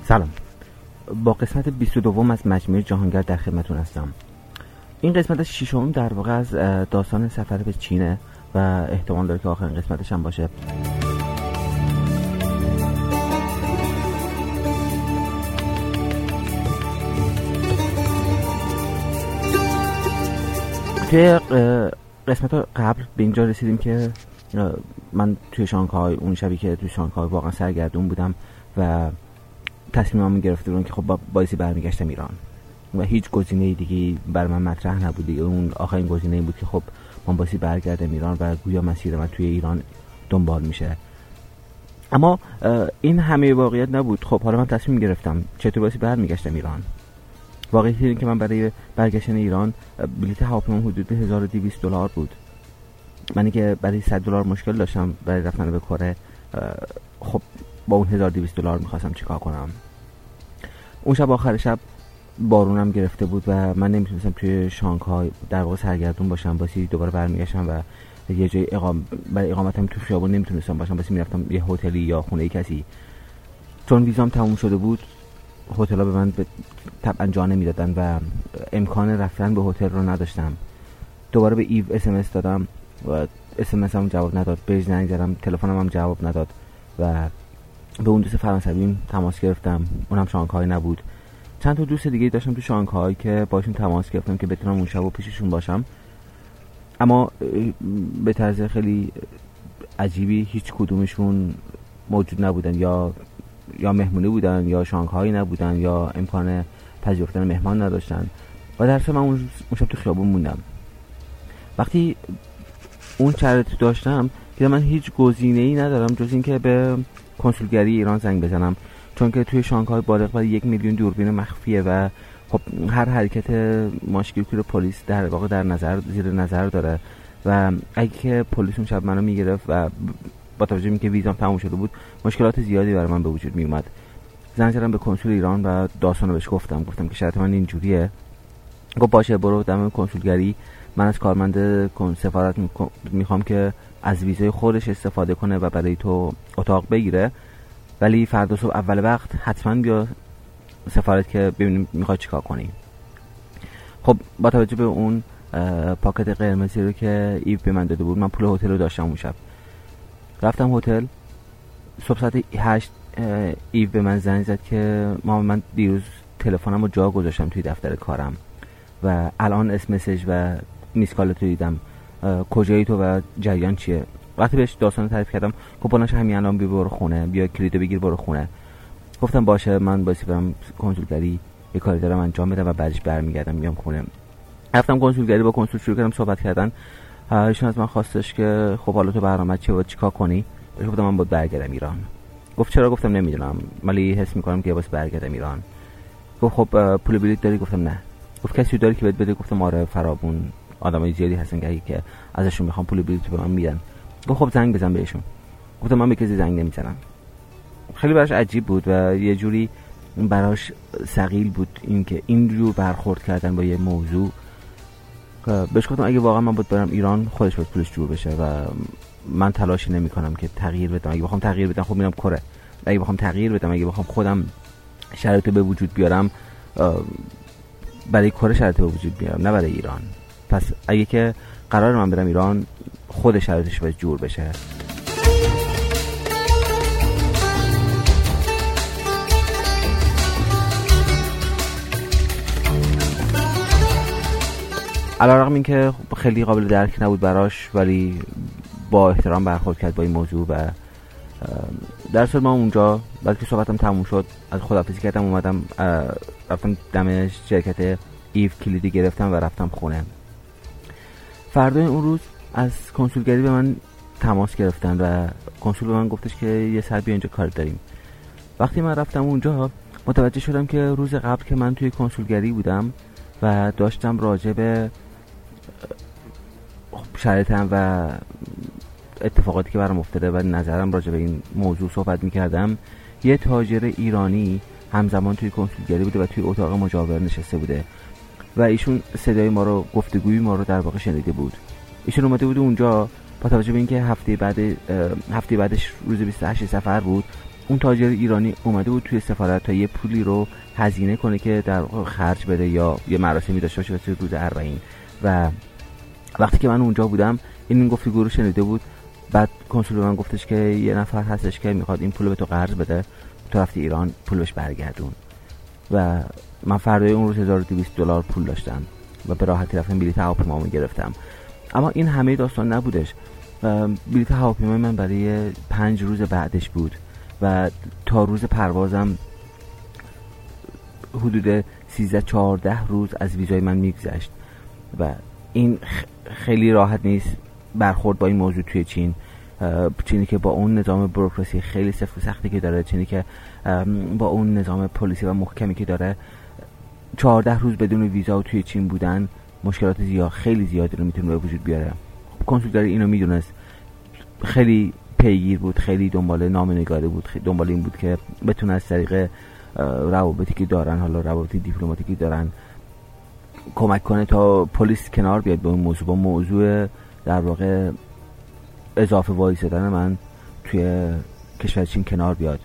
سلام، با قسمت 22 از مجموعه جهانگرد در خدمتتون هستم. این قسمت ششم در واقع از داستان سفر به چینه و احتمال داره که آخرین قسمتش هم باشه. توی قسمت قبل به اینجا رسیدیم که من توی شانگهای، اون شبی که توی شانگهای واقعا سرگردون بودم و تصمیمم گرفته بودم که خب بایستی برمیگشتم ایران و هیچ گزینه دیگه برای من مطرح نبود دیگه. اون آخرین گزینه این بود که خب من بایستی برگردم ایران و گویا مسیر من توی ایران دنبال میشه. اما این همه واقعیت نبود. خب حالا من تصمیم گرفتم چطور بایستی برمیگشتم ایران. واقعیت این که من برای برگشتن ایران بلیط هواپیما حدود $1200 بود. من که برای $100 مشکل داشتم برای رفتن به کره. خب با اون $1200 میخواستم چیکار کنم. اون شب آخر شب بارونم گرفته بود و من نمیتونستم توی شانگهای در واقع سرگردون باشم، باسی دوباره برمیگشتم و یه جای برای اقامتم تو خیابون نمیتونستم باشم، باسی میرفتم یه هتلی یا خونه کسی. چون ویزام تموم شده بود هتل‌ها به من طبعا جا نمیدادن و امکان رفتن به هتل رو نداشتم. دوباره به ایو SMS دادم و SMS هم جواب نداد. بهش زنگ زدم، تلفنم هم جواب نداد و به اون دوست فرانسویم تماس گرفتم، اونم شانگهای نبود. چند تا دوست دیگه داشتم تو شانگهای که باشون تماس گرفتم که بتونم اون شب پیششون باشم، اما به طرز خیلی عجیبی هیچ کدومشون موجود نبودن، یا مهمونی بودن یا شانگهای نبودن یا امکان پذیرفتن مهمان نداشتن و در اصل من اون شب تو خیابون موندم. وقتی اون شرایط داشتم که من هیچ گزینه‌ای ندارم جز اینکه به کنسولگری ایران زنگ بزنم، چون که توی شانگهای بالغ برای 1 میلیون دوربین مخفیه و خب هر حرکت ماشکیلکور پلیس در واقع زیر نظر داره و اگه که پلیس اون شب منو میگرفت و با توجه به اینکه ویزام تموم شده بود مشکلات زیادی برای من به وجود می اومد. زنگ زدم به کنسول ایران و داستانو بهش گفتم که شرط من اینجوریه. گفت باشه برو دم کنسولگری، من از کارمند سفارت میخوام که از ویزای خودش استفاده کنه و برای تو اتاق بگیره، ولی فردا صبح اول وقت حتما بیا سفارت که ببینیم میخوای چیکار کنی. خب با توجه به اون پاکت قرمزی رو که ایو به من داده بود، من پول هتل رو داشتم. اون شب رفتم هتل. صبح ساعت 8 ایو به من زنگ زد که من دیروز تلفنم رو جا گذاشتم توی دفتر کارم و الان اس مسیج و میس کالت رو دیدم، کجایی تو و جریان چیه. وقتی بهش داستان تعریف کردم گفت بناش همین الان برو خونه، بیا کلیدو بگیر برو خونه. گفتم باشه، من بایستی برم کنسولگری یه کاری دارم انجام بدم و بعدش برمیگردم میام خونه. رفتم کنسولگری، با کنسول شروع کردم صحبت کردن. ایشون از من خواستش که خب حالا تو برنامه چیه و چیکار کنی. بهش گفتم من باید برگردم ایران. گفت چرا؟ گفتم نمیدونم ولی حس میکنم که واسه برگردم ایران. گفت خب پول بلیط داری؟ گفتم نه. گفت کسی داری که بهت بده؟ گفتم آره، فرابون آدمای زیادی هستن که ازشون میخوام پول بلیط به من میدن. گفت خب زنگ بزن بهشون. گفتم من به کسی زنگ نمیزنم. خیلی براش عجیب بود و یه جوری براش ثقیل بود اینکه اینجور برخورد کردن با یه موضوع. بهش گفتم اگه واقعا من باید برم ایران خودش باید پولش جور بشه و من تلاشی نمی‌کنم که تغییر بدم. اگه بخوام تغییر بدم خب میرم کره. اگه بخوام تغییر بدم، اگه بخوام خودم شرایط به وجود بیارم، برای کره شرایط به وجود بیارم نه برای ایران. پس اگه که قرار من برم ایران خود شرایطش باید جور بشه. علیرغم این که خیلی قابل درک نبود براش، ولی با احترام برخورد کرد با این موضوع و در صورت ما اونجا بعد که صحبتم تموم شد از خداحافظی کردم، اومدم رفتم دم شرکت ایو کلیدی گرفتم و رفتم خونه. فردای اون روز از کنسولگری به من تماس گرفتن و کنسول به من گفتش که یه ساعت بیا اینجا کار داریم. وقتی من رفتم اونجا متوجه شدم که روز قبل که من توی کنسولگری بودم و داشتم راجع به شرایطم و اتفاقاتی که برام افتاده و نظرم راجع به این موضوع صحبت می‌کردم، یه تاجر ایرانی همزمان توی کنسولگری بوده و توی اتاق مجاور نشسته بوده و ایشون صدای ما رو، گفتگوی ما رو در واقع شنیده بود. ایشون اومده بود اونجا با توجه به اینکه هفته بعدش روز 28 سفر بود، اون تاجر ایرانی اومده بود توی سفارت تا یه پولی رو هزینه کنه که در خرج بده یا یه مراسمی داشته باشه واسه روز 40. و وقتی که من اونجا بودم این گفتگو رو شنیده بود. بعد کنسول به من گفتش که یه نفر هستش که میخواد این پول به تو قرض بده، تو رفتی ایران پول بهش برگردون. و من فردای اون روز $1200 پول داشتم و به راحتی رفتم بلیط هواپیمامو گرفتم. اما این همه داستان نبودش. بلیط هواپیمای من برای 5 روز بعدش بود و تا روز پروازم حدود 13-14 روز از ویزای من میگذشت و این خیلی راحت نیست برخورد با این موضوع توی چینی که با اون نظام بوروکراسی خیلی سفت و سختی که داره، چینی که با اون نظام پلیسی و محکمی که داره، 14 روز بدون ویزا و توی چین بودن مشکلات خیلی زیادی رو میتونه به وجود بیاره. کنسولگری اینو میدونست، خیلی پیگیر بود، خیلی دنبال نامه‌نگاری بود، دنبال این بود که بتونه از طریق روابطی که دارن، حالا روابط دیپلماتیکی دارن، کمک کنه تا پلیس کنار بیاد به اون موضوع، با موضوع در واقع اضافه وایسادن من توی کشور چین کنار بیاد.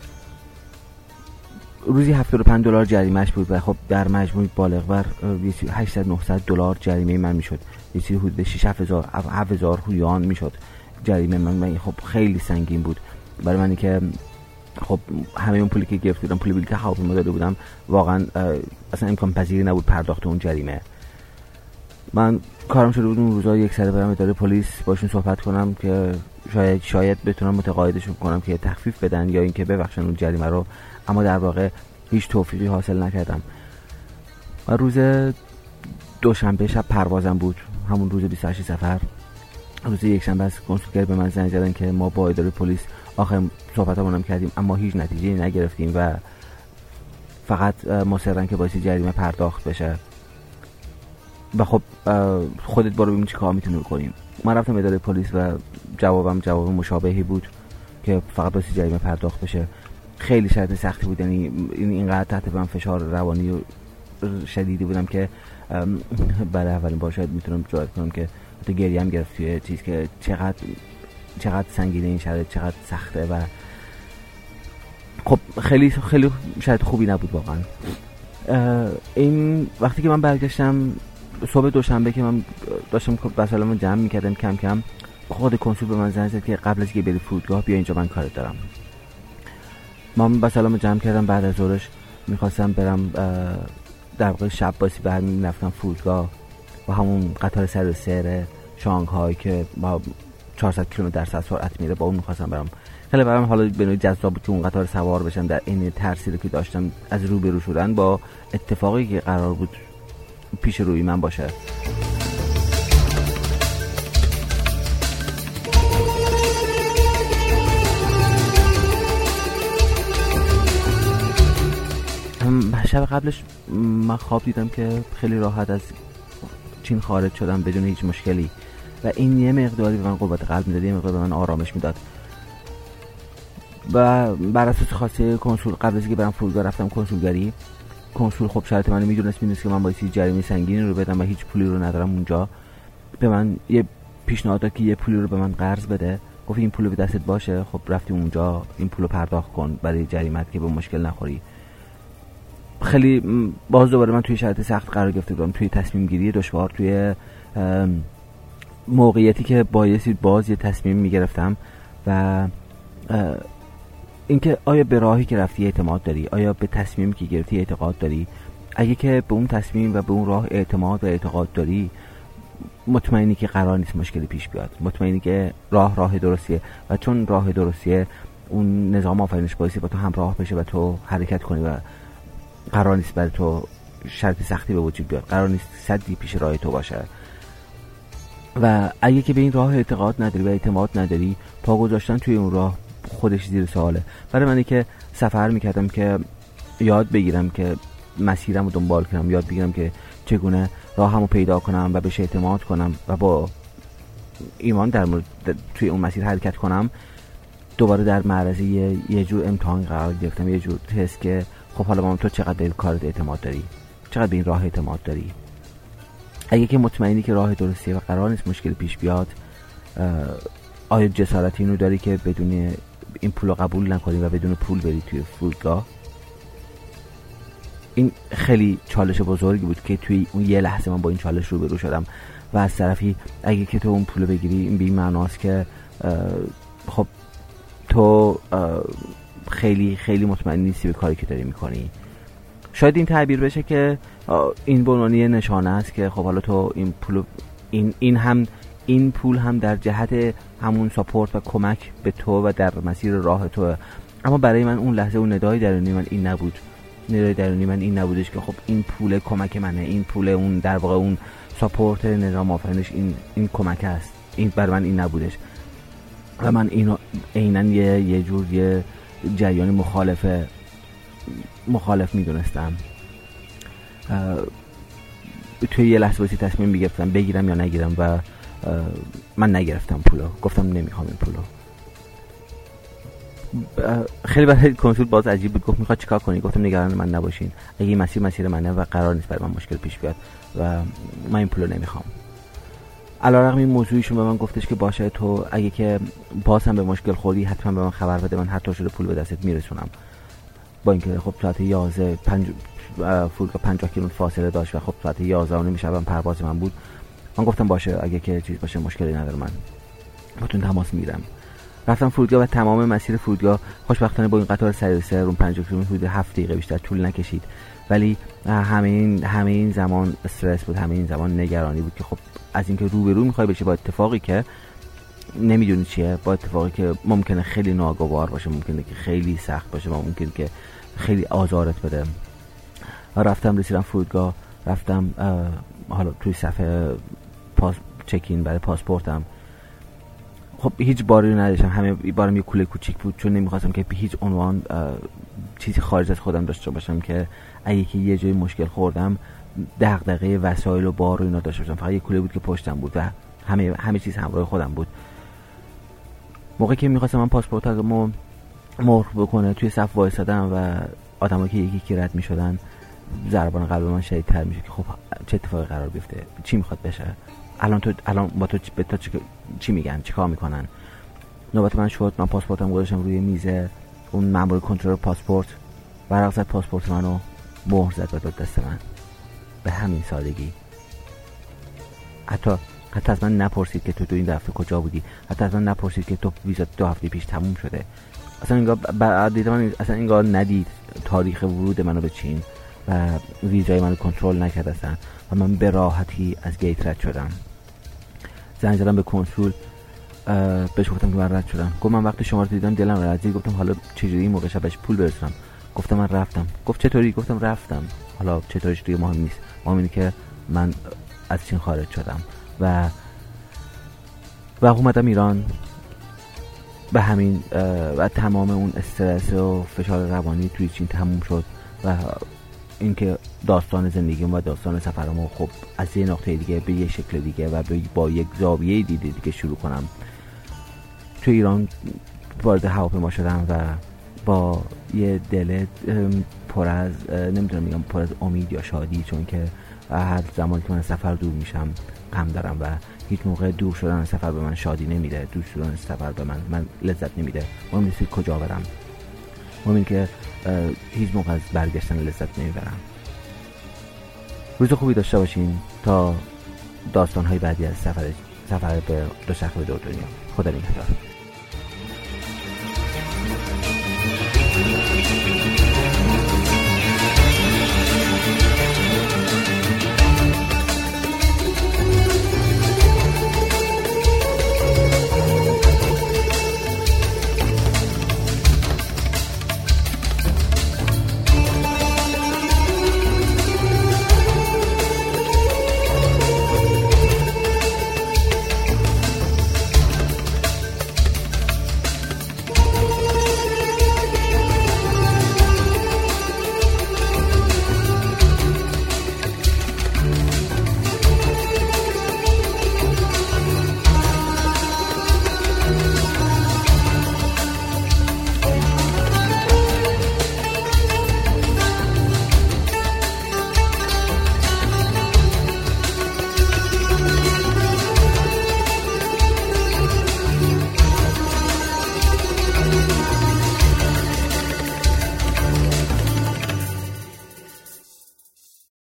روزی $75 جریمهش بود و خب در مجموع بالغ بر $800-900 جریمه من میشد. یه چیزی حدود 6,000-7,000 یوان میشد جریمه من. خب خیلی سنگین بود برای منی که خب همه اون پولی که گرفته بودم، پول بلیط هواپیما داده بودم، واقعا اصلا امکان پذیری نبود پرداخت اون جریمه. من کارم شده بود اون روزا یک سره برم اداره پلیس باشون صحبت کنم که شاید بتونم متقاعدشون کنم که تخفیف بدن یا اینکه ببخشن اون جریمه رو، اما در واقع هیچ توفیقی حاصل نکردم. و روز دوشنبه شب پروازم بود، همون روز 28 صفر. روز یکشنبه از کنسولگری به من زنگ زدن که ما با اداره پلیس آخر صحبتامون هم کردیم اما هیچ نتیجه‌ای نگرفتیم و فقط مصرن که باعث جریمه پرداخت بشه و خب خودت برو ببین چی کار میتونی بکنیم. من رفتم اداره پلیس و جوابم جواب مشابهی بود که فقط باعث جریمه پرداخت بشه. خیلی شرط سختی بود، یعنی اینقدر تحت من فشار روانی و شدیدی بودم که برای اولین بار شاید میتونم جرئت کنم که حتی گریه هم گرفت توی چیز که چقدر سنگینه این شرط، چقدر سخته و خب خیلی خیلی شرط خوبی نبود واقعا. این وقتی که من برگشتم صبح دوشنبه که من داشتم وسایلمو جمع میکردم کم کم، خود کنسول به من زنگ زد که قبل از اینکه بری فرودگاه بیا اینجا، من کارت دارم. من وسایلمو جمع کردم، بعد از ظهرش میخواستم برم در واقع شب باسی برمی رفتم فرودگاه و همون قطار سر سیر شانگهای که با 400 کیلومتر در ساعت سرعت میره، با اون میخواستم برم. خیلی برام حالا به نوعی جذاب بود که اون قطار سوار بشم، در این ترسی که داشتم از روبرو شدن با اتفاقی که قرار بود پیش روی من باشه. شب قبلش من خواب دیدم که خیلی راحت از چین خارج شدم بدون هیچ مشکلی و این یه مقداری به من قوت قلب میداد، یه مقدار به من آرامش میداد. و بر اساس خواسته کنسول قبل از اینکه برم فرودگاه رفتم کنسولگری. کنسول خب شرط منو میدونست که من باید جریمه سنگینی رو بدم و هیچ پولی رو ندارم اونجا. به من یه پیشنهاد داد که یه پولی رو به من قرض بده، گفت این پول به دستت باشه، خب رفتیم اونجا این پولو پرداخت کن برای جریمت که به مشکل نخوری. خیلی باز دوباره من توی شرایط سخت قرار گرفته بودم، توی تصمیم گیری دشوار، توی موقعیتی که بایستی باز یه تصمیم میگرفتم و اینکه آیا به راهی که رفتی اعتماد داری، آیا به تصمیمی که گرفتی اعتقاد داری. اگه که به اون تصمیم و به اون راه اعتماد و اعتقاد داری، مطمئنی که قرار نیست مشکلی پیش بیاد، مطمئنی که راه درستیه و چون راه درستیه اون نظام آفرینش بایستی با تو همراه بشه و تو حرکت کنی و قرار نیست برای تو شرط سختی به وجود بیاد، قرار نیست سدی پیش راه تو باشه. و اگه که به این راه اعتقاد نداری و اعتماد نداری، پا گذاشتن توی اون راه خودش زیر سواله. برای منی که سفر میکردم که یاد بگیرم که مسیرم رو دنبال کنم، یاد بگیرم که چگونه راهمو پیدا کنم و بهش اعتماد کنم و با ایمان در مورد توی اون مسیر حرکت کنم، دوباره در معرض یه جور امتحان قرار گرفتم، یه جور تست که خب حالا مام تو چقدر به کارت اعتماد داری، چقدر به این راه اعتماد داری. اگه که مطمئنی که راه درستیه و قرار نیست مشکل پیش بیاد، آیا جسارت اینو داری که بدون این پول رو قبول نکنی و بدون پول بری توی فرودگاه. این خیلی چالش بزرگی بود که توی اون یه لحظه من با این چالش روبرو شدم و از طرفی اگه که تو اون پول رو بگیری این به این معناست که خب تو خیلی خیلی مطمئن نیستی به کاری که داری میکنی. شاید این تعبیر بشه که این به عنوان یه نشانه است که خب حالا تو این پول این پول هم در جهت همون ساپورت و کمک به تو و در مسیر راه تو. اما برای من اون لحظه اون ندای درونی من این نبود. ندای درونی من این نبودش که خب این پول کمک منه، این پول اون در واقع اون ساپورت نظام آفرینش این کمک است. این برای من این نبودش و من اینو عیناً یه جور یه جریان مخالف میدونستم. توی یه لحظه باسی تصمیم میگرفتم بگیرم یا نگیرم و من نگرفتم پولو. گفتم نمیخوام این پولو. خیلی برای کنسول باز عجیب بود. گفت میخواد چیکار کنی؟ گفتم نگران من نباشین، اگه این مسیر منه و قرار نیست برای من مشکل پیش بیاد و من این پولو نمیخوام. علیرغم این موضوعیشون به من گفتش که باشه تو اگه که باز هم به مشکل خوردی حتما به من خبر بده، من هر طور شده پول به دستت میرسونم. با اینکه خب ساعت 11 فرودگاه 50 کیلومتر فاصله داشت و خب ساعت 11 شب پرواز من بود. من گفتم باشه اگه که چیز باشه مشکلی نداره، من باتون تماس میگیرم. رفتم فرودگاه و تمام مسیر فرودگاه خوشبختانه با این قطار سریع سرون 50 کیلومتر حدود 7 دقیقه بیشتر طول نکشید. ولی همه این زمان استرس بود، همه این زمان نگرانی بود که خب از اینکه روبرو میخوای بشی با اتفاقی که نمیدونی چیه، با اتفاقی که ممکنه خیلی ناگوار باشه، ممکنه که خیلی سخت باشه و ممکنه که خیلی آزارت بده. رفتم رسیدم فرودگاه، رفتم حالا توی صفحه چکین برای پاسپورتم. خب هیچ باری نداشتم، همه بارم یه کوله کوچیک بود چون نمیخواستم که هیچ عنوان چیزی خارج از خودم داشته باشم که اگه که یه جای مشکل خوردم دغدغه وسایل و بار و اینا داشته باشم. فقط یه کوله بود که پشتم بود و همه چیز همراه خودم بود. موقعی که میخواستم من پاسپورتمو مهر بکنه توی صف وایسادم و آدمایی که یکی رد میشدن ضربان قلب من شدیدتر میشه که خب چه اتفاقی قرار بیفته، چی میخواد بشه، الان با تو چی میگن، چی کار میکنن. نوبت من شد، من پاسپورتم گذاشتم روی میز، اون مأمور کنترل پاسپورت ورق زد پاسپورت منو مهر زد و داد دست من. به همین سادگی. حتی از من نپرسید که تو این دفعه کجا بودی، حتی از من نپرسید که تو ویزا 2 هفته پیش تموم شده. اصلا انگار ندید تاریخ ورود منو به چین و ویزای منو کنترل نکرد اصلا و من به راحتی از گیت رد شدم. زنگ زدم به کنسول، بهش گفتم که من رد شدم. گفت من وقتی شما رو دیدم دلم لرزید. گفتم حالا چجوری این موقع شبش پول برسونم؟ گفتم من رفتم. گفت چطوری؟ گفتم رفتم. حالا چطوریش دیگه مهم نیست، مهم اینه که من از چین خارج شدم و اومدم ایران. به همین و تمام اون استرس و فشار روانی توی چین تموم شد و اینکه داستان زندگیم و داستان سفرمو خب از یه نقطه دیگه به یه شکل دیگه و با یک زاویه دیگه شروع کنم. تو ایران وارد هواپیما شدم و با یه دل پر از نمیتونم بگم پر از امید یا شادی، چون که هر زمانی که من سفر دور میشم غم دارم و هیچ موقع دور شدن از سفر به من شادی نمیده، دور شدن از سفر به من لذت نمیده. مهم نیست کجا برم، مهم اینه که هیچ موقع از برگشتن لذت نمیبرم. روز خوبی داشته باشین تا داستان‌های بعدی از سفر به دوچرخه دور دنیا. خدا نگهدار.